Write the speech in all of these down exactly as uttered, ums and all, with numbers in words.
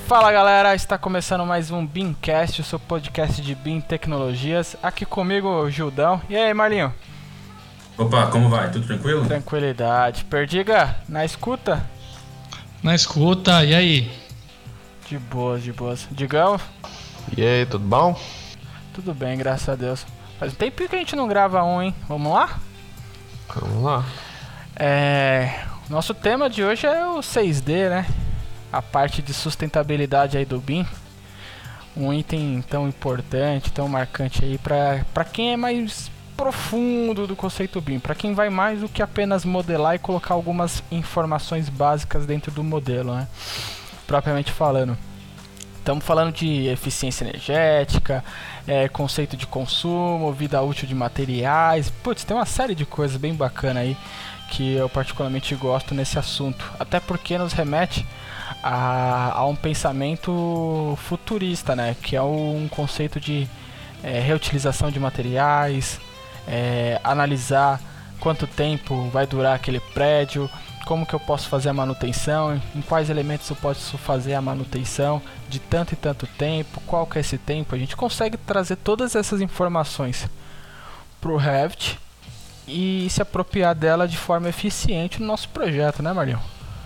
Fala galera, está começando mais um BIMcast, o seu podcast de B I M Tecnologias. Aqui comigo o Gildão. E aí, Marlinho? Opa, como vai? Tudo tranquilo? Tranquilidade. Perdiga, na escuta? Na escuta, e aí? De boas, de boas. Digão? E aí, tudo bom? Tudo bem, graças a Deus. Faz um tempinho que a gente não grava um, hein? Vamos lá? Vamos lá. É... Nosso tema de hoje é o seis D, né? A parte de sustentabilidade aí do B I M. Um item tão importante, tão marcante aí pra, pra quem é mais profundo do conceito B I M. Pra quem vai mais do que apenas modelar e colocar algumas informações básicas dentro do modelo, né? Propriamente falando. Estamos falando de eficiência energética, é, conceito de consumo, vida útil de materiais. Putz, tem uma série de coisas bem bacana aí que eu particularmente gosto nesse assunto. Até porque nos remete a, a um pensamento futurista, né? Que é um conceito de é, reutilização de materiais, é, analisar quanto tempo vai durar aquele prédio, como que eu posso fazer a manutenção, em quais elementos eu posso fazer a manutenção de tanto e tanto tempo, qual que é esse tempo. A gente consegue trazer todas essas informações para o Revit e se apropriar dela de forma eficiente no nosso projeto, né, Marlinho?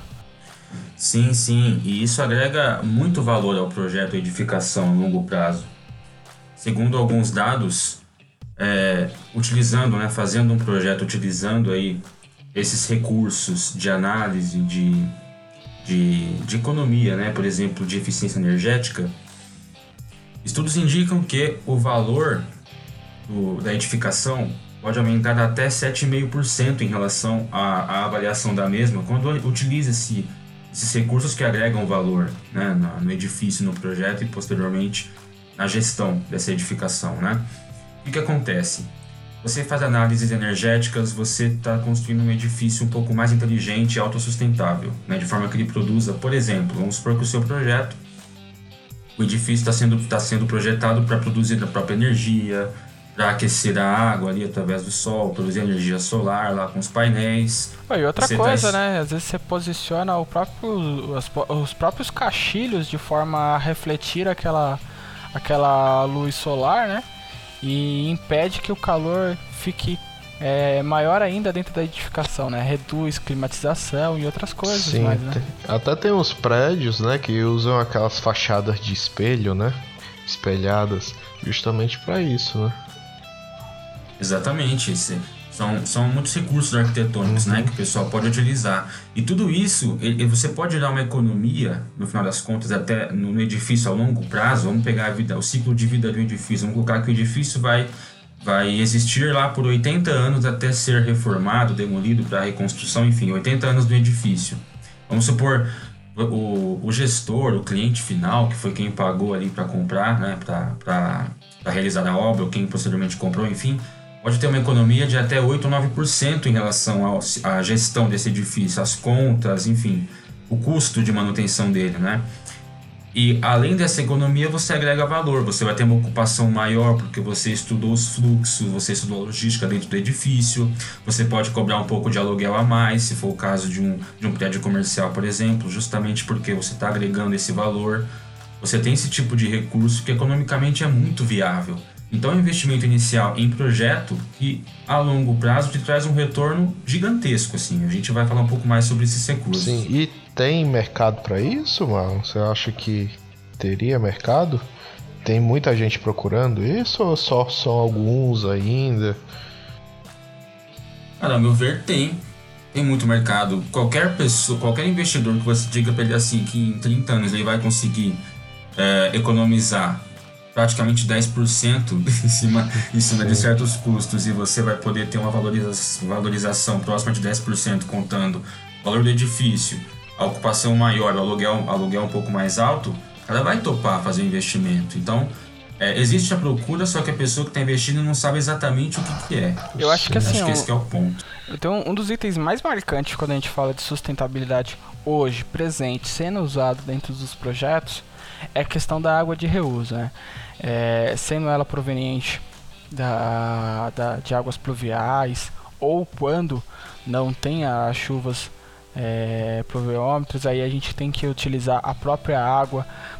Sim, sim, e isso agrega muito valor ao projeto edificação a longo prazo. Segundo alguns dados, é, utilizando, né, fazendo um projeto utilizando aí esses recursos de análise de, de, de economia, né, por exemplo, de eficiência energética, estudos indicam que o valor do, da edificação pode aumentar até sete vírgula cinco por cento em relação à, à avaliação da mesma quando utiliza esse, esses recursos que agregam valor, né, no, no edifício, no projeto e posteriormente na gestão dessa edificação, né? O que, que acontece? Você faz análises energéticas, você está construindo um edifício um pouco mais inteligente e autossustentável, né? De forma que ele produza, por exemplo, vamos supor que o seu projeto, o edifício está sendo, tá sendo projetado para produzir a própria energia, para aquecer a água ali através do sol, produzir energia solar lá com os painéis. E outra você coisa, tá... né? Às vezes você posiciona o próprio, os, os próprios caixilhos de forma a refletir aquela, aquela luz solar, né? E impede que o calor fique é, maior ainda dentro da edificação, né? Reduz climatização e outras coisas. Sim, mais, né? tem, até tem uns prédios, né, que usam aquelas fachadas de espelho, né? Espelhadas, justamente para isso, né? Exatamente, esse, são, são muitos recursos arquitetônicos, uhum. né, que o pessoal pode utilizar. E tudo isso, ele, você pode dar uma economia, no final das contas, até no, no edifício a longo prazo. Vamos pegar a vida, o ciclo de vida do edifício, vamos colocar que o edifício vai, vai existir lá por oitenta anos até ser reformado, demolido para reconstrução, enfim, oitenta anos do edifício. Vamos supor, o, o gestor, o cliente final, que foi quem pagou ali para comprar, né, para realizar a obra, ou quem posteriormente comprou, enfim, pode ter uma economia de até oito ou nove por cento em relação ao, à gestão desse edifício, as contas, enfim, o custo de manutenção dele, né? E além dessa economia, você agrega valor, você vai ter uma ocupação maior porque você estudou os fluxos, você estudou a logística dentro do edifício, você pode cobrar um pouco de aluguel a mais, se for o caso de um, de um prédio comercial, por exemplo, justamente porque você está agregando esse valor. Você tem esse tipo de recurso que economicamente é muito viável. Então é um investimento inicial em projeto que a longo prazo te traz um retorno gigantesco, assim. A gente vai falar um pouco mais sobre esses recursos. Sim, e tem mercado para isso, Marlon? Você acha que teria mercado? Tem muita gente procurando isso ou só são alguns ainda? Cara, ao meu ver, tem. Tem muito mercado. Qualquer pessoa, qualquer investidor que você diga para ele assim que em trinta anos ele vai conseguir é, economizar praticamente dez por cento em cima, em cima de certos custos e você vai poder ter uma valoriza- valorização próxima de dez por cento contando o valor do edifício, a ocupação maior, o aluguel, aluguel um pouco mais alto, ela vai topar fazer o investimento. Então, é, existe a procura, só que a pessoa que está investindo não sabe exatamente o que, que é. Eu acho que assim, acho que esse que é o ponto. Então, um dos itens mais marcantes quando a gente fala de sustentabilidade hoje, presente, sendo usado dentro dos projetos, é a questão da água de reuso, né? É, sendo ela proveniente da, da, de águas pluviais ou quando não tem as chuvas é, pluviômetros, aí a gente tem que utilizar a própria água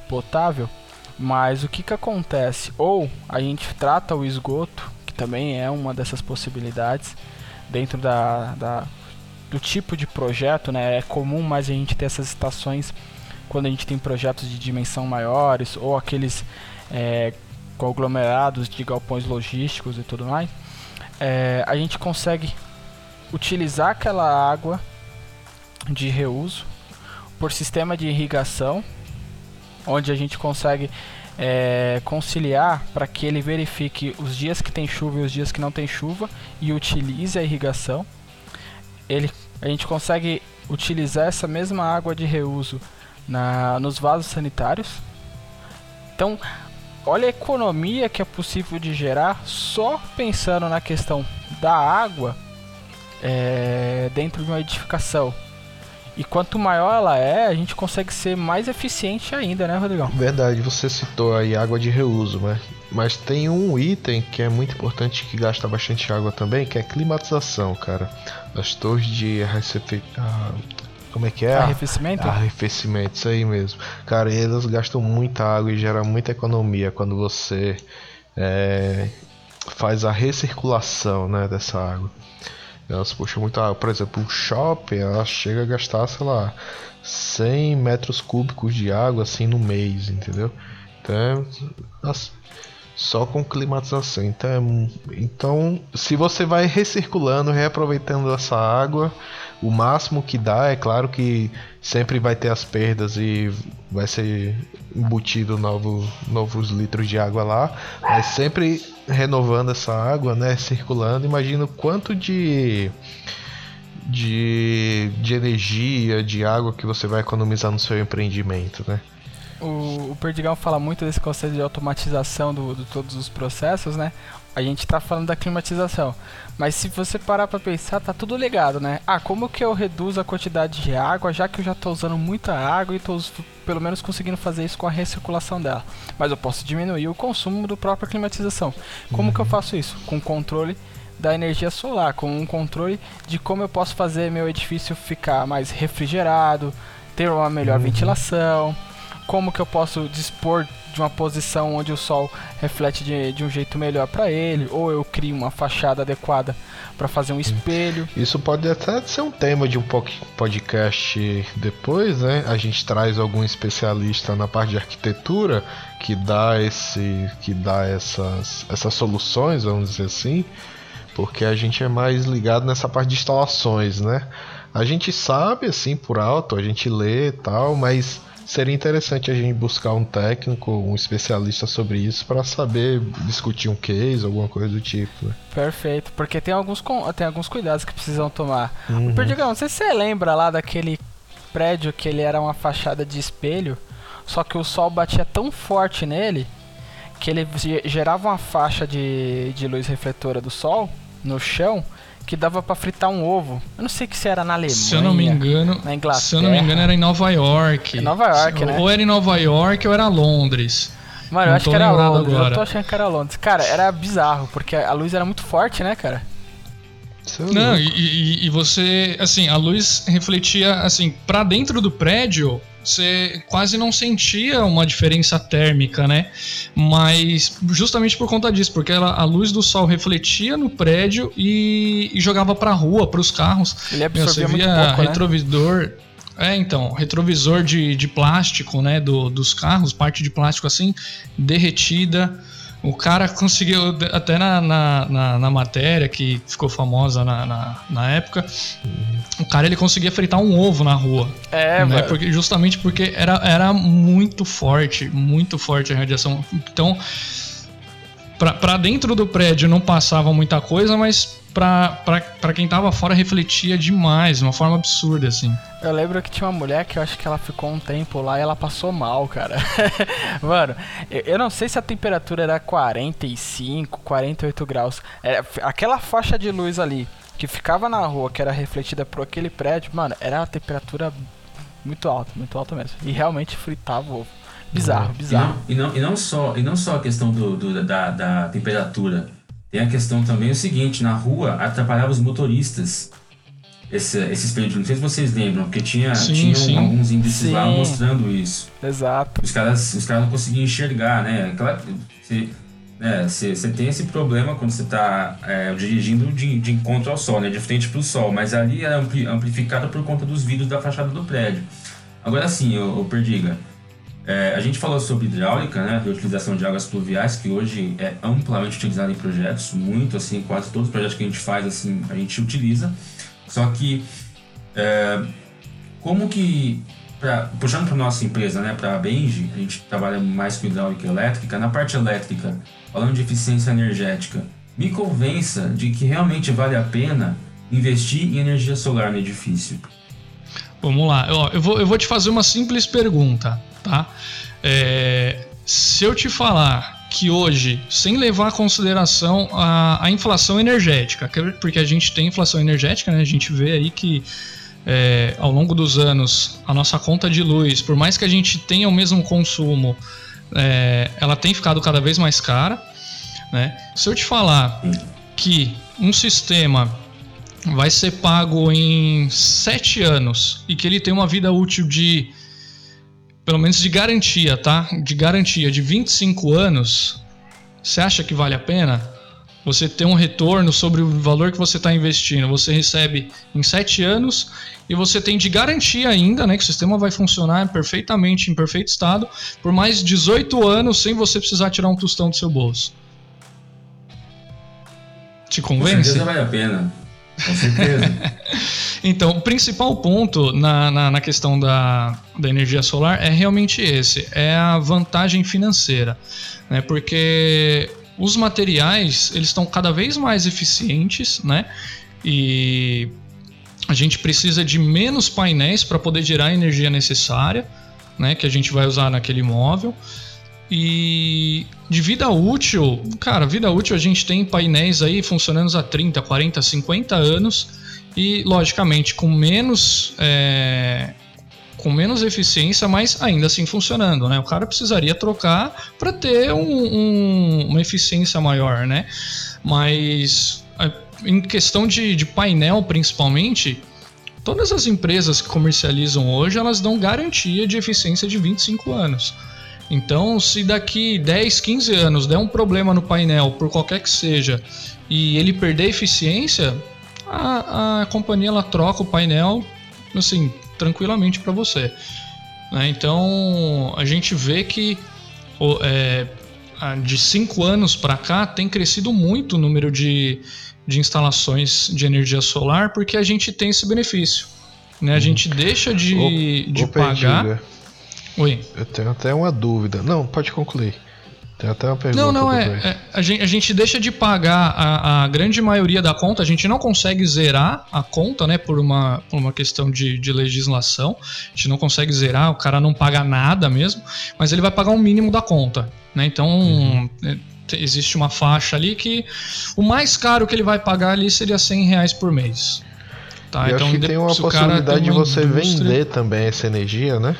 potável, mas o que que acontece? Ou a gente trata o esgoto, que também é uma dessas possibilidades, dentro da, da, do tipo de projeto, né? É comum mais a gente ter essas estações quando a gente tem projetos de dimensão maiores, ou aqueles é, conglomerados de galpões logísticos e tudo mais. É, a gente consegue utilizar aquela água de reuso por sistema de irrigação, onde a gente consegue é, conciliar para que ele verifique os dias que tem chuva e os dias que não tem chuva e utilize a irrigação. Ele, a gente consegue utilizar essa mesma água de reuso na, nos vasos sanitários. Então, olha a economia que é possível de gerar só pensando na questão da água é, dentro de uma edificação. E quanto maior ela é, a gente consegue ser mais eficiente ainda, né, Rodrigão? Verdade, você citou aí água de reuso, né? Mas tem um item que é muito importante, que gasta bastante água também, que é a climatização, cara. As torres de arrecefe... ah, como é que é? Arrefecimento? Arrefecimento, isso aí mesmo. Cara, elas gastam muita água e geram muita economia quando você é, faz a recirculação, né, dessa água. Elas puxam muita água. Por exemplo, o shopping, ela chega a gastar, sei lá, cem metros cúbicos de água assim no mês, entendeu? Então, assim, só com climatização. Então, então, se você vai recirculando, reaproveitando essa água, o máximo que dá, é claro que sempre vai ter as perdas e vai ser embutido novo, novos litros de água lá, mas sempre renovando essa água, né, circulando. Imagina o quanto de, de, de energia, de água que você vai economizar no seu empreendimento, né? O, o Perdigão fala muito desse conceito de automatização do, de todos os processos, né? A gente tá falando da climatização, mas se você parar pra pensar, tá tudo ligado, né? Ah, como que eu reduzo a quantidade de água, já que eu já tô usando muita água e tô pelo menos conseguindo fazer isso com a recirculação dela. Mas eu posso diminuir o consumo do própria climatização. Como uhum. que eu faço isso? Com controle da energia solar, com um controle de como eu posso fazer meu edifício ficar mais refrigerado, ter uma melhor uhum. ventilação, como que eu posso dispor de uma posição onde o sol reflete de, de um jeito melhor para ele, ou eu crio uma fachada adequada para fazer um espelho. Isso pode até ser um tema de um podcast depois, né? A gente traz algum especialista na parte de arquitetura que dá esse, que dá essas, essas soluções, vamos dizer assim, porque a gente é mais ligado nessa parte de instalações, né? A gente sabe assim por alto, a gente lê e tal, mas seria interessante a gente buscar um técnico, um especialista sobre isso para saber discutir um case, alguma coisa do tipo. Né? Perfeito, porque tem alguns, tem alguns cuidados que precisam tomar. Uhum. O Perdigão, não sei se você lembra lá daquele prédio que ele era uma fachada de espelho, só que o sol batia tão forte nele que ele gerava uma faixa de, de luz refletora do sol no chão que dava pra fritar um ovo. Eu não sei que se era na Alemanha, se eu não me engano, na Inglaterra. Se eu não me engano, era em Nova York. É Nova York, se, né? Ou era em Nova York ou era Londres. Mano, não eu acho que era Londres. Agora. Eu tô achando que era Londres. Cara, era bizarro, porque a luz era muito forte, né, cara? Não, e, e, e você, assim, a luz refletia, assim, pra dentro do prédio, você quase não sentia uma diferença térmica, né? Mas justamente por conta disso, porque ela, a luz do sol refletia no prédio e, e jogava pra rua, pros carros. Ele absorvia Meu, você via muito pouco, retrovisor, né? É, então, retrovisor de, de plástico, né, do, dos carros, parte de plástico assim, derretida. O cara conseguiu, até na, na, na, na matéria que ficou famosa na, na, na época, o cara ele conseguia fritar um ovo na rua. É, né? Porque, justamente porque era, era muito forte, muito forte a radiação. Então, pra, pra dentro do prédio não passava muita coisa, mas pra, pra, pra quem tava fora refletia demais, de uma forma absurda, assim. Eu lembro que tinha uma mulher que eu acho que ela ficou um tempo lá e ela passou mal, cara. Mano, eu não sei se a temperatura era quarenta e cinco, quarenta e oito graus. Era, aquela faixa de luz ali que ficava na rua, que era refletida por aquele prédio, mano, era uma temperatura muito alta, muito alta mesmo. E realmente fritava o ovo. Bizarro, uhum. bizarro. E não, e, não, e, não só, e não só a questão do, do, da, da temperatura. Tem a questão também o seguinte, na rua atrapalhava os motoristas. esse, esses períodos, não sei se vocês lembram, porque tinha, sim, tinham sim. alguns índices Sim. lá mostrando isso. Exato. Os caras, os caras não conseguiam enxergar, né? Claro, você, né, você, você tem esse problema quando você está é, dirigindo de, de encontro ao sol, né? De frente para o sol, mas ali é ampli, amplificado por conta dos vidros da fachada do prédio. Agora sim, ô, ô Perdiga, é, a gente falou sobre hidráulica, né? Reutilização de águas pluviais, que hoje é amplamente utilizada em projetos, muito assim, quase todos os projetos que a gente faz, assim, a gente utiliza. Só que, é, como que, pra, puxando para nossa empresa, né, para a Benji, a gente trabalha mais com hidráulica elétrica. Na parte elétrica, falando de eficiência energética, me convença de que realmente vale a pena investir em energia solar no edifício. Vamos lá, eu, eu, vou, eu vou te fazer uma simples pergunta, tá? É, se eu te falar que hoje, sem levar em consideração a, a inflação energética, porque a gente tem inflação energética, né? A gente vê aí que é, ao longo dos anos a nossa conta de luz, por mais que a gente tenha o mesmo consumo, é, ela tem ficado cada vez mais cara, né? Se eu te falar que um sistema vai ser pago em sete anos e que ele tem uma vida útil de, pelo menos de garantia, tá? De garantia de vinte e cinco anos, você acha que vale a pena? Você ter um retorno sobre o valor que você está investindo, você recebe em sete anos e você tem de garantia ainda, né, que o sistema vai funcionar perfeitamente, em perfeito estado, por mais dezoito anos sem você precisar tirar um tostão do seu bolso. Te convence? Com certeza vale a pena. Com certeza. Então, o principal ponto na, na, na questão da, da energia solar é realmente esse, é a vantagem financeira, né? Porque os materiais, eles estão cada vez mais eficientes, né? E a gente precisa de menos painéis para poder gerar a energia necessária, né? Que a gente vai usar naquele imóvel. E de vida útil, cara, vida útil a gente tem painéis aí funcionando há trinta, quarenta, cinquenta anos e, logicamente, com menos, é, com menos eficiência, mas ainda assim funcionando, né? O cara precisaria trocar para ter um, um, uma eficiência maior, né? Mas em questão de, de painel, principalmente, todas as empresas que comercializam hoje, elas dão garantia de eficiência de vinte e cinco anos. Então, se daqui dez, quinze anos der um problema no painel, por qualquer que seja, e ele perder eficiência, a, a companhia ela troca o painel assim, tranquilamente para você, né? Então, a gente vê que é, de cinco anos para cá tem crescido muito o número de, de instalações de energia solar, porque a gente tem esse benefício, né? A gente deixa de, ô, de ô, pagar... Perdiga. Oi. Eu tenho até uma dúvida. Não, pode concluir. Tem até uma pergunta. Não, não, é, é a, gente, a gente deixa de pagar a, a grande maioria da conta, a gente não consegue zerar a conta, né, por uma, por uma questão de, de legislação, a gente não consegue zerar, o cara não paga nada mesmo, mas ele vai pagar o mínimo da conta, né, então uhum. é, existe uma faixa ali que o mais caro que ele vai pagar ali seria cem reais por mês. Tá, eu então, acho que tem uma possibilidade de você indústria... vender também essa energia, né?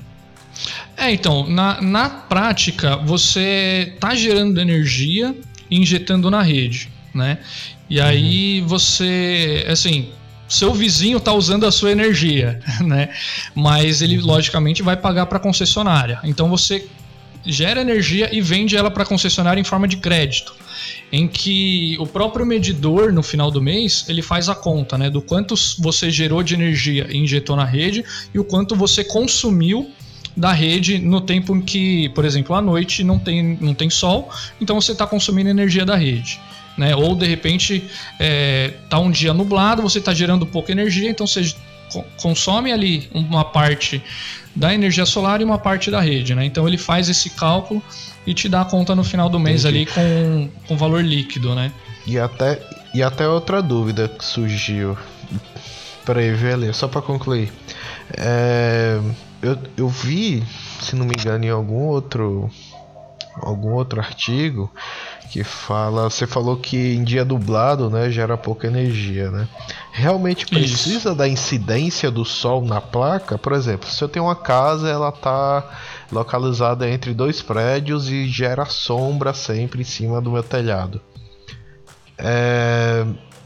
É, então, na, na prática, você tá gerando energia e injetando na rede, né? E aí uhum. você, assim, seu vizinho tá usando a sua energia, né? Mas ele, uhum. logicamente, vai pagar para a concessionária. Então você gera energia e vende ela para a concessionária em forma de crédito, em que o próprio medidor, no final do mês, ele faz a conta, né? Do quanto você gerou de energia e injetou na rede e o quanto você consumiu da rede no tempo em que, por exemplo, à noite não tem, não tem sol, então você está consumindo energia da rede, né? Ou de repente está é, um dia nublado, você está gerando pouca energia, então você consome ali uma parte da energia solar e uma parte da rede, né? Então ele faz esse cálculo e te dá a conta no final do mês. Entendi. Ali com, com valor líquido, né? E até, e até outra dúvida que surgiu. Peraí, velho, só para concluir. É... Eu, eu vi, se não me engano, em algum outro algum outro artigo que fala, você falou que em dia nublado, né, gera pouca energia, né? Realmente precisa Isso. da incidência do sol na placa? Por exemplo, se eu tenho uma casa, ela está localizada entre dois prédios e gera sombra sempre em cima do meu telhado. É...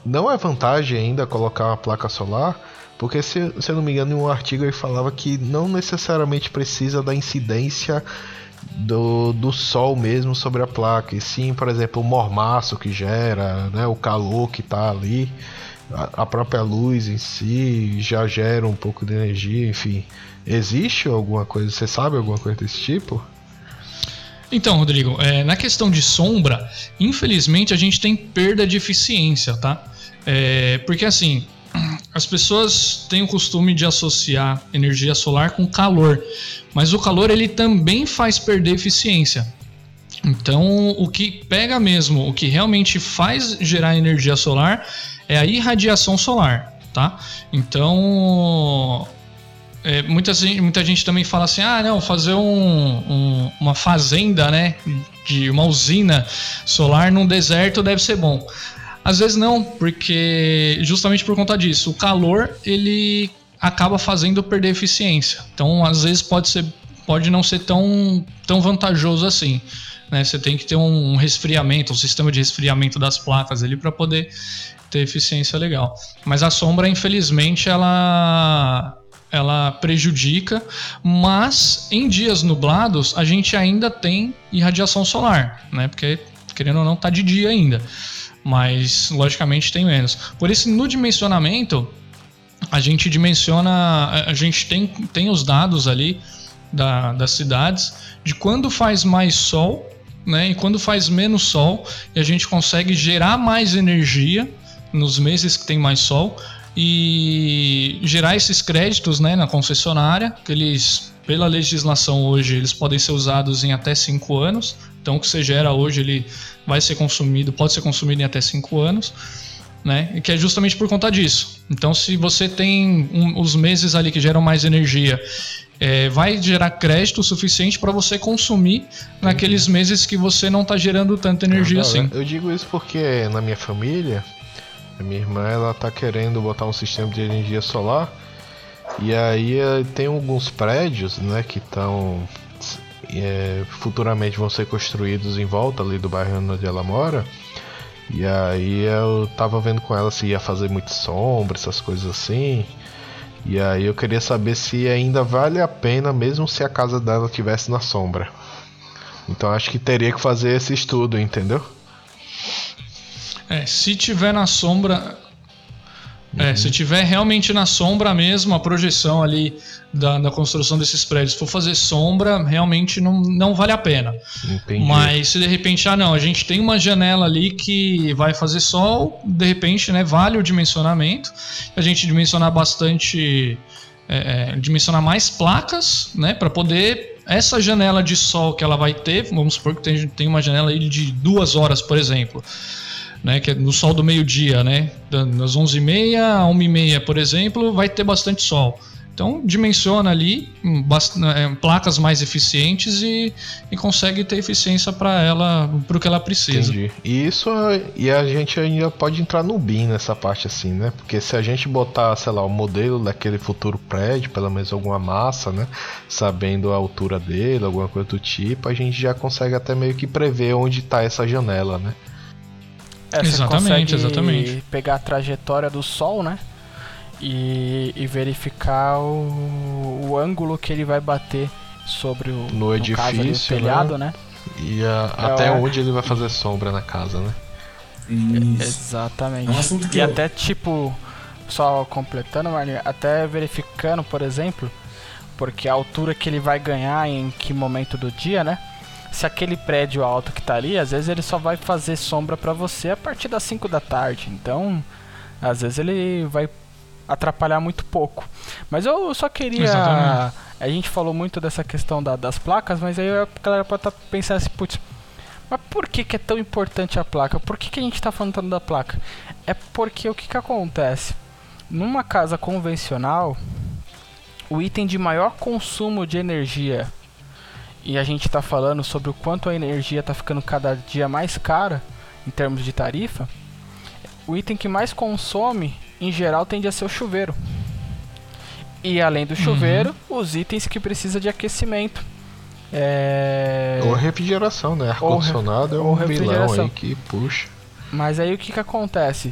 não é vantagem ainda colocar uma placa solar, porque se, se eu não me engano, em um artigo ele falava que não necessariamente precisa da incidência do, do sol mesmo sobre a placa, e sim, por exemplo, o mormaço que gera, né, o calor que está ali, a, a própria luz em si já gera um pouco de energia, enfim. Existe alguma coisa, você sabe alguma coisa desse tipo? Então, Rodrigo, é, na questão de sombra, infelizmente a gente tem perda de eficiência, tá? É, porque assim, as pessoas têm o costume de associar energia solar com calor, mas o calor ele também faz perder eficiência. Então, o que pega mesmo, o que realmente faz gerar energia solar é a irradiação solar, tá? Então, é, muita, muita gente também fala assim, ah, não, fazer um, um, uma fazenda, né, de uma usina solar num deserto deve ser bom. Às vezes não, porque justamente por conta disso, o calor ele acaba fazendo perder eficiência. Então, às vezes pode ser, pode não ser tão, tão vantajoso assim, né? Você tem que ter um resfriamento, um sistema de resfriamento das placas ali para poder ter eficiência legal. Mas a sombra, infelizmente, ela ela prejudica, mas em dias nublados a gente ainda tem irradiação solar, né? Porque querendo ou não tá de dia ainda. Mas logicamente tem menos. Por isso, no dimensionamento, a gente dimensiona, a gente tem, tem os dados ali da, das cidades de quando faz mais sol, né, e quando faz menos sol, e a gente consegue gerar mais energia nos meses que tem mais sol e gerar esses créditos, né, na concessionária, que eles, pela legislação hoje, eles podem ser usados em até cinco anos. Então, o que você gera hoje, ele vai ser consumido, pode ser consumido em até cinco anos, né? E que é justamente por conta disso. Então, se você tem um, os meses ali que geram mais energia, é, vai gerar crédito suficiente para você consumir naqueles meses que você não está gerando tanta energia não, não, assim. Eu digo isso porque na minha família, a minha irmã, ela tá querendo botar um sistema de energia solar, e aí tem alguns prédios, né, que estão... É, futuramente vão ser construídos em volta ali do bairro onde ela mora. E aí eu tava vendo com ela se ia fazer muito sombra, essas coisas assim. E aí eu queria saber se ainda vale a pena, mesmo se a casa dela estivesse na sombra. Então acho que teria que fazer esse estudo, entendeu? É, se tiver na sombra... É, se tiver realmente na sombra mesmo, a projeção ali da, da construção desses prédios for fazer sombra, realmente não, não vale a pena. Entendi. Mas se de repente, ah não, a gente tem uma janela ali que vai fazer sol, de repente, né, vale o dimensionamento, a gente dimensionar bastante, é, é, dimensionar mais placas, né, para poder, essa janela de sol que ela vai ter, vamos supor que tem, tem uma janela aí de duas horas, por exemplo, né, que é no sol do meio-dia, né, das onze e meia a uma e meia, por exemplo, vai ter bastante sol. Então dimensiona ali bast- é, placas mais eficientes e, e consegue ter eficiência para ela, para o que ela precisa. Entendi. E isso, e a gente ainda pode entrar no B I M nessa parte assim, né? Porque se a gente botar, sei lá, o modelo daquele futuro prédio, pelo menos alguma massa, né? Sabendo a altura dele, alguma coisa do tipo, a gente já consegue até meio que prever onde está essa janela, né? É, você exatamente, consegue exatamente. pegar a trajetória do Sol, né? E, e verificar o, o ângulo que ele vai bater sobre o, no edifício, caso, ali, o telhado, né? né? E a, é, até é... onde ele vai fazer sombra na casa, né? Isso. Exatamente. É um assunto que e eu... até tipo, só completando, Marlinhos, até verificando, por exemplo, porque a altura que ele vai ganhar em que momento do dia, né? Se aquele prédio alto que tá ali, às vezes ele só vai fazer sombra pra você a partir das cinco da tarde. Então, às vezes ele vai atrapalhar muito pouco. Mas eu só queria... Exatamente. A gente falou muito dessa questão da, das placas, mas aí a galera pode estar pensando assim, putz, mas por que, que é tão importante a placa? Por que, que a gente está falando tanto da placa? É porque o que, que acontece? Numa casa convencional, o item de maior consumo de energia, e a gente está falando sobre o quanto a energia está ficando cada dia mais cara em termos de tarifa, o item que mais consome, em geral, tende a ser o chuveiro. E além do chuveiro, uhum. os itens que precisam de aquecimento. É... Ou refrigeração, né? Ar-condicionado é um vilão aí que puxa. Mas aí o que, que acontece?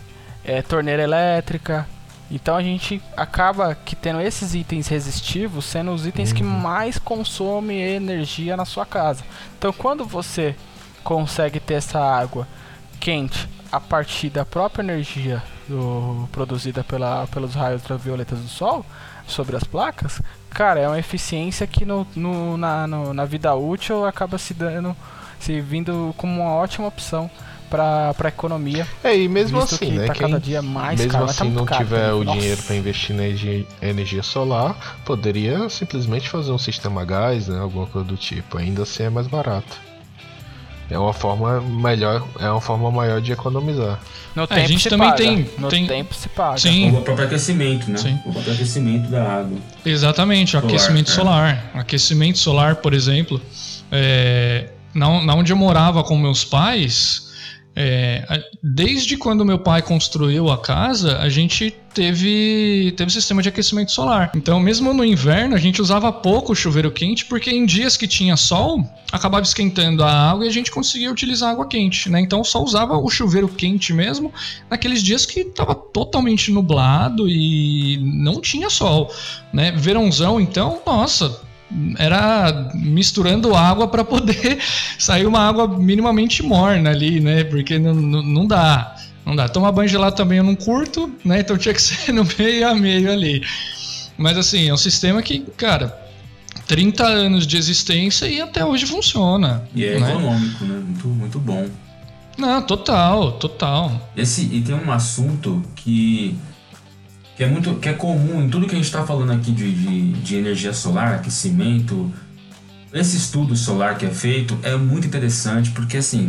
é, torneira elétrica. Então a gente acaba que tendo esses itens resistivos sendo os itens uhum. que mais consomem energia na sua casa. Então quando você consegue ter essa água quente a partir da própria energia do, produzida pela, pelos raios ultravioletas do sol sobre as placas, cara, é uma eficiência que no, no, na, no, na vida útil acaba se dando, se vindo como uma ótima opção para a economia. É, e mesmo assim, né, tá cada dia mais mesmo caro, assim tá não caro, tiver tá o Nossa. dinheiro para investir na energia, energia solar, poderia simplesmente fazer um sistema a gás, né, alguma coisa do tipo. Ainda assim é mais barato. É uma forma melhor, é uma forma maior de economizar. No é, tempo a gente se também paga. tem, no tem... tempo se paga. Sim. O próprio aquecimento, né? Sim. O próprio aquecimento da água. Exatamente, o solar, aquecimento é. solar. Aquecimento solar, por exemplo, é, na, na onde eu morava com meus pais, é, desde quando meu pai construiu a casa, a gente teve, teve sistema de aquecimento solar. Então, mesmo no inverno, a gente usava pouco o chuveiro quente, porque em dias que tinha sol, acabava esquentando a água e a gente conseguia utilizar água quente, né? Então, só usava o chuveiro quente mesmo naqueles dias que estava totalmente nublado e não tinha sol, né? Verãozão, então, nossa... era misturando água para poder sair uma água minimamente morna ali, né? Porque não, não, não dá, não dá. Tomar banho gelado também eu não curto, né? Então tinha que ser no meio a meio ali. Mas assim, é um sistema que, cara, trinta anos de existência e até hoje funciona. E é né? econômico, né? Muito, muito bom. Não, total, total. Esse, e tem um assunto que... Que é, muito, que é comum em tudo que a gente está falando aqui de, de, de energia solar, aquecimento. Esse estudo solar que é feito é muito interessante porque, assim,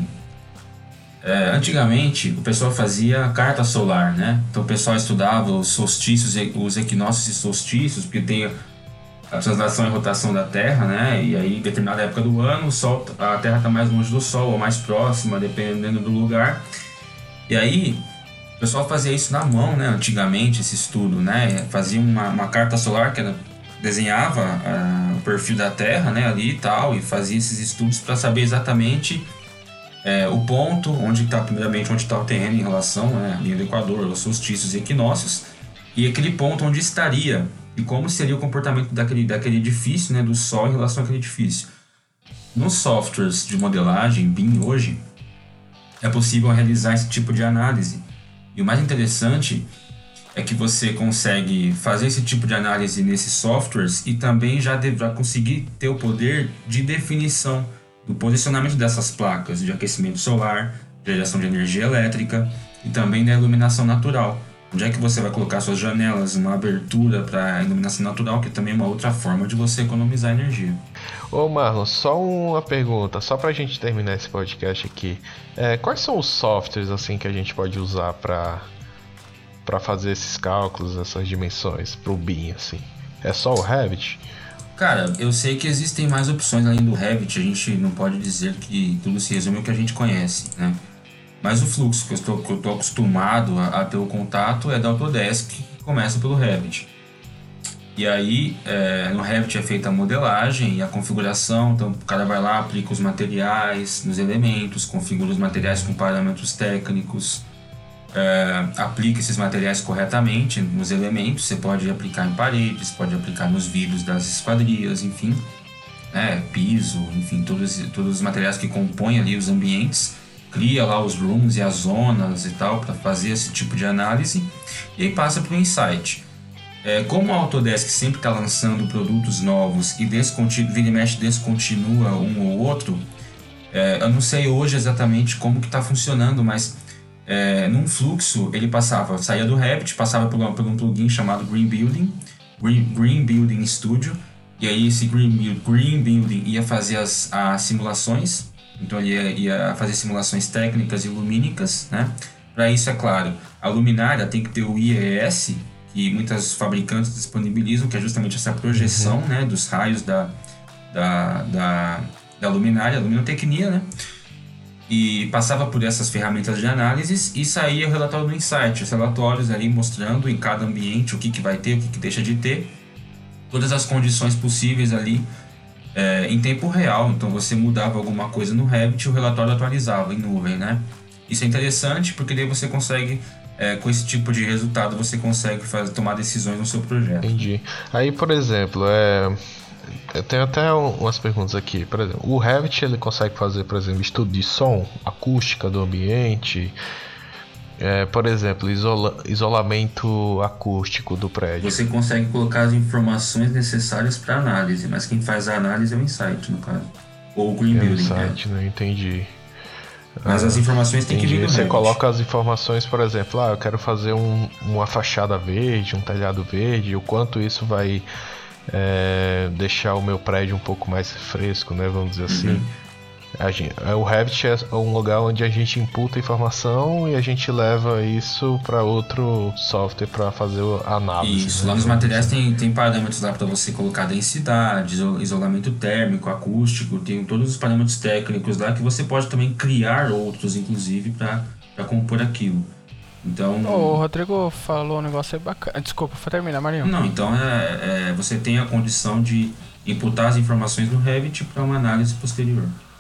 é, antigamente o pessoal fazia carta solar, né? Então o pessoal estudava os solstícios, os equinócios e solstícios, porque tem a translação e rotação da Terra, né? E aí, em determinada época do ano, o Sol, a Terra está mais longe do Sol ou mais próxima, dependendo do lugar. E aí... o pessoal fazia isso na mão, né? Antigamente, esse estudo, né? Fazia uma, uma carta solar que era, desenhava uh, o perfil da Terra, né? Ali e tal, e fazia esses estudos para saber exatamente é, o ponto onde está, primeiramente, onde está o terreno em relação, né? A linha do Equador, os solstícios e equinócios, e aquele ponto onde estaria e como seria o comportamento daquele, daquele edifício, né? Do Sol em relação àquele edifício. Nos softwares de modelagem, B I M hoje, é possível realizar esse tipo de análise. E o mais interessante é que você consegue fazer esse tipo de análise nesses softwares e também já deverá conseguir ter o poder de definição do posicionamento dessas placas de aquecimento solar, de geração de energia elétrica e também da iluminação natural. Onde é que você vai colocar suas janelas, uma abertura para iluminação natural, que também é uma outra forma de você economizar energia. Ô Marlon, só uma pergunta, só pra gente terminar esse podcast aqui. É, quais são os softwares assim que a gente pode usar pra, pra fazer esses cálculos, essas dimensões pro B I M, assim? É só o Revit? Cara, eu sei que existem mais opções além do Revit, a gente não pode dizer que tudo se resume ao que a gente conhece, né? Mas o fluxo que eu estou, que eu estou acostumado a, a ter o contato é da Autodesk, que começa pelo Revit. E aí, é, no Revit é feita a modelagem e a configuração, então o cara vai lá, aplica os materiais nos elementos, configura os materiais com parâmetros técnicos, é, aplica esses materiais corretamente nos elementos, você pode aplicar em paredes, pode aplicar nos vidros das esquadrias, enfim, né, piso, enfim, todos, todos os materiais que compõem ali os ambientes, cria lá os rooms e as zonas e tal para fazer esse tipo de análise e aí passa para o Insight. É, como a Autodesk sempre está lançando produtos novos e descontinu- vira e mexe descontinua um ou outro, é, eu não sei hoje exatamente como que está funcionando, mas é, num fluxo ele passava, saía do Revit, passava por, por um plugin chamado Green Building, Green, Green Building Studio, e aí esse Green, Green Building ia fazer as, as simulações, então ele ia, ia fazer simulações técnicas e lumínicas, né? Para isso, é claro, a luminária tem que ter o I E S, que muitas fabricantes disponibilizam, que é justamente essa projeção, uhum. né, dos raios da, da, da, da luminária, a luminotecnia, né? E passava por essas ferramentas de análise e saía o relatório do Insight, os relatórios ali mostrando em cada ambiente o que, que vai ter, o que, que deixa de ter, todas as condições possíveis ali é, em tempo real. Então você mudava alguma coisa no Revit e o relatório atualizava em nuvem, né? Isso é interessante porque daí você consegue é, com esse tipo de resultado você consegue fazer, tomar decisões no seu projeto. Entendi. Aí, por exemplo, é... eu tenho até umas perguntas aqui. Por exemplo, o Revit ele consegue fazer, por exemplo, estudo de som, acústica do ambiente, é, por exemplo, isola... isolamento acústico do prédio. Você consegue colocar as informações necessárias para análise, mas quem faz a análise é o Insight, no caso. Ou o Green é Building. Insight, né? Entendi. Mas ah, as informações têm que vir do Você Revit. coloca as informações, por exemplo, ah, eu quero fazer um, uma fachada verde, um telhado verde, o quanto isso vai é, deixar o meu prédio um pouco mais fresco, né? Vamos dizer assim. Uhum. A gente, o Revit é um lugar onde a gente imputa informação e a gente leva isso para outro software para fazer a análise. Isso, né? lá nos materiais tem, tem parâmetros lá para você colocar densidade, isolamento térmico, acústico, tem todos os parâmetros técnicos lá que você pode também criar outros, inclusive, para compor aquilo. Então... Oh, o Rodrigo falou um negócio aí bacana. Desculpa, foi terminar, Marinho. Não, então é, é, você tem a condição de imputar as informações no Revit para uma análise posterior.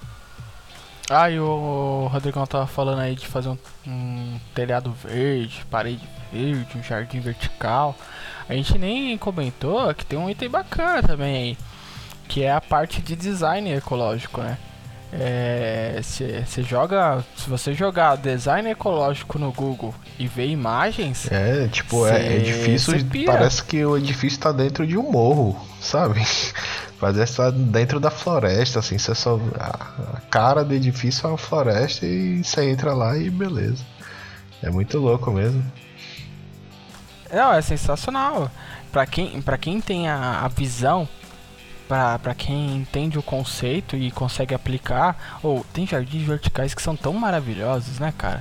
Ah, e o Rodrigão tava falando aí de fazer um, um telhado verde, parede verde, um jardim vertical. A gente nem comentou que tem um item bacana também aí, que é a parte de design ecológico, né? É, se, se joga, se você jogar design ecológico no Google e ver imagens, é tipo é, é edifício, parece que o edifício tá dentro de um morro, sabe? Parece estar dentro da floresta, assim, você só a cara do edifício é uma floresta e você entra lá e beleza. É muito louco mesmo. Não, é sensacional. Pra quem, pra quem tem a, a visão, pra, pra quem entende o conceito e consegue aplicar, ou oh, tem jardins verticais que são tão maravilhosos, né, cara?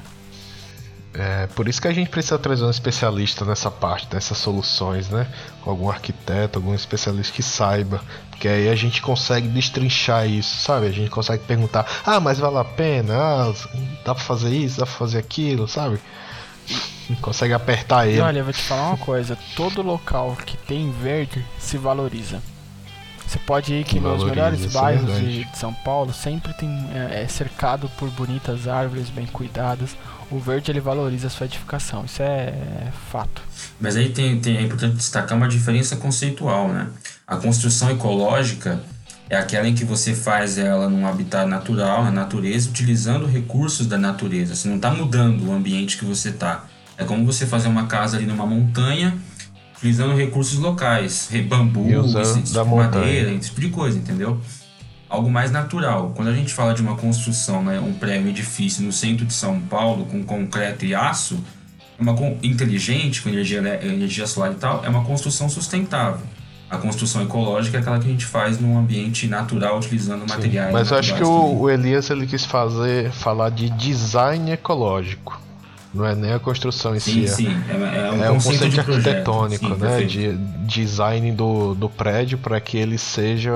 É, por isso que a gente precisa trazer um especialista nessa parte, dessas soluções, né? Algum arquiteto, algum especialista que saiba. Porque aí a gente consegue destrinchar isso, sabe? A gente consegue perguntar, ah, mas vale a pena? Ah, dá pra fazer isso, dá pra fazer aquilo, sabe? Consegue apertar ele. E olha, eu vou te falar uma coisa, todo local que tem verde se valoriza. Você pode ir que, que nos melhores bairros é de, de São Paulo sempre tem, é, é cercado por bonitas árvores bem cuidadas. O verde ele valoriza a sua edificação, isso é, é fato. Mas aí tem, tem, é importante destacar uma diferença conceitual, né? A construção ecológica é aquela em que você faz ela num habitat natural, na natureza, utilizando recursos da natureza. Você não está mudando o ambiente que você está. É como você fazer uma casa ali numa montanha, utilizando recursos locais, bambu, esse tipo de madeira, esse tipo de coisa, entendeu? Algo mais natural. Quando a gente fala de uma construção, né, um prédio, um edifício no centro de São Paulo, com concreto e aço, é uma inteligente, com energia, energia solar e tal, é uma construção sustentável. A construção ecológica é aquela que a gente faz num ambiente natural, utilizando Sim, materiais mas eu acho que o, o Elias ele quis fazer, falar de design ecológico. Não é nem a construção em sim, si. Sim, é, é um é conceito, conceito de arquitetônico, sim, né? De design do, do prédio para que ele seja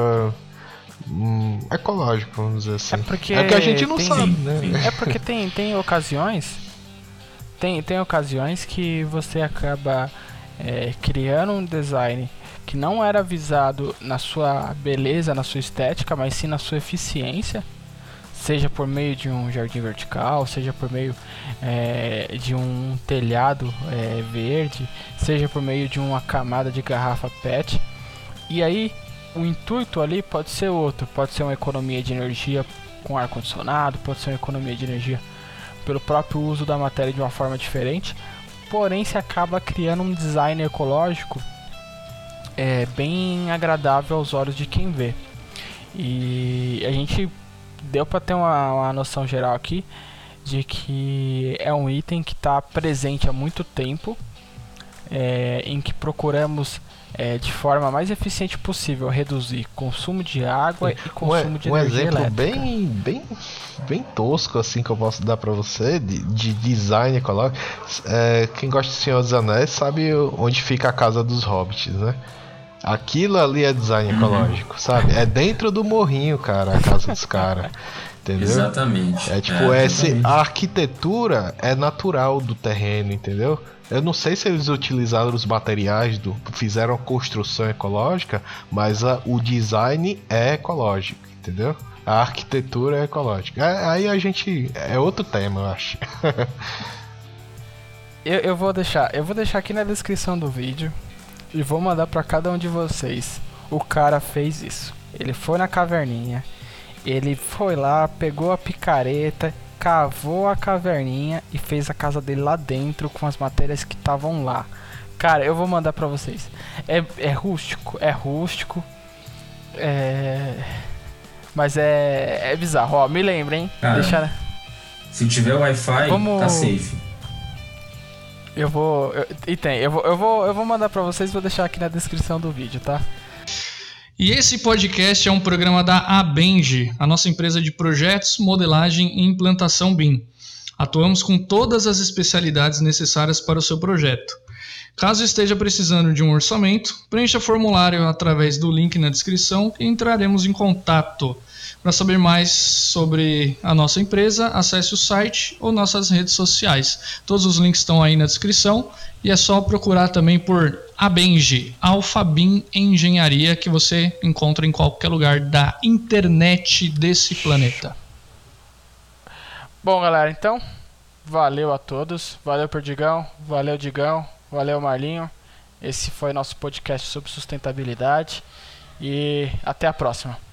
hum, ecológico, vamos dizer assim. É porque é que a gente não tem, sabe, sim, né? Sim. É porque tem, tem ocasiões, tem, tem ocasiões que você acaba é, criando um design que não era visado na sua beleza, na sua estética, mas sim na sua eficiência. Seja por meio de um jardim vertical, seja por meio é, de um telhado é, verde, seja por meio de uma camada de garrafa P E T. E aí o intuito ali pode ser outro, pode ser uma economia de energia com ar-condicionado, pode ser uma economia de energia pelo próprio uso da matéria de uma forma diferente, porém se acaba criando um design ecológico é, bem agradável aos olhos de quem vê. E a gente deu para ter uma, uma noção geral aqui de que é um item que está presente há muito tempo, é, em que procuramos é, de forma mais eficiente possível reduzir consumo de água e consumo um, de um energia exemplo elétrica. bem, bem, bem tosco assim que eu posso dar para você de, de design ecológico. É, quem gosta de Senhor dos Anéis sabe onde fica a casa dos hobbits, né? Aquilo ali é design ecológico, uhum. sabe? É dentro do morrinho, cara, a casa dos caras. Entendeu? Exatamente. É tipo, é, esse, a arquitetura é natural do terreno, entendeu? Eu não sei se eles utilizaram os materiais, do, fizeram a construção ecológica, mas a, o design é ecológico, entendeu? A arquitetura é ecológica. É, aí a gente... É outro tema, eu acho. eu, eu vou deixar, eu vou deixar aqui na descrição do vídeo e vou mandar pra cada um de vocês. O cara fez isso. Ele foi na caverninha, ele foi lá, pegou a picareta, cavou a caverninha e fez a casa dele lá dentro com as matérias que estavam lá. Cara, eu vou mandar pra vocês. É, é rústico, é rústico. É... Mas é, é bizarro. Ó, me lembra, hein? Cara, Deixa... se tiver Wi-Fi, Vamos... tá safe. Eu vou... Eu, e tem, eu vou, eu, vou, eu vou mandar pra vocês, vou deixar aqui na descrição do vídeo, tá? E esse podcast é um programa da Abenji, a nossa empresa de projetos, modelagem e implantação B I M. Atuamos com todas as especialidades necessárias para o seu projeto. Caso esteja precisando de um orçamento, preencha formulário através do link na descrição e entraremos em contato. Para saber mais sobre a nossa empresa, acesse o site ou nossas redes sociais. Todos os links estão aí na descrição e é só procurar também por Abenji, Alphabim Engenharia, que você encontra em qualquer lugar da internet desse planeta. Bom, galera, então, valeu a todos. Valeu, Perdigão. Valeu, Digão. Valeu, Marlinho. Esse foi nosso podcast sobre sustentabilidade. E até a próxima.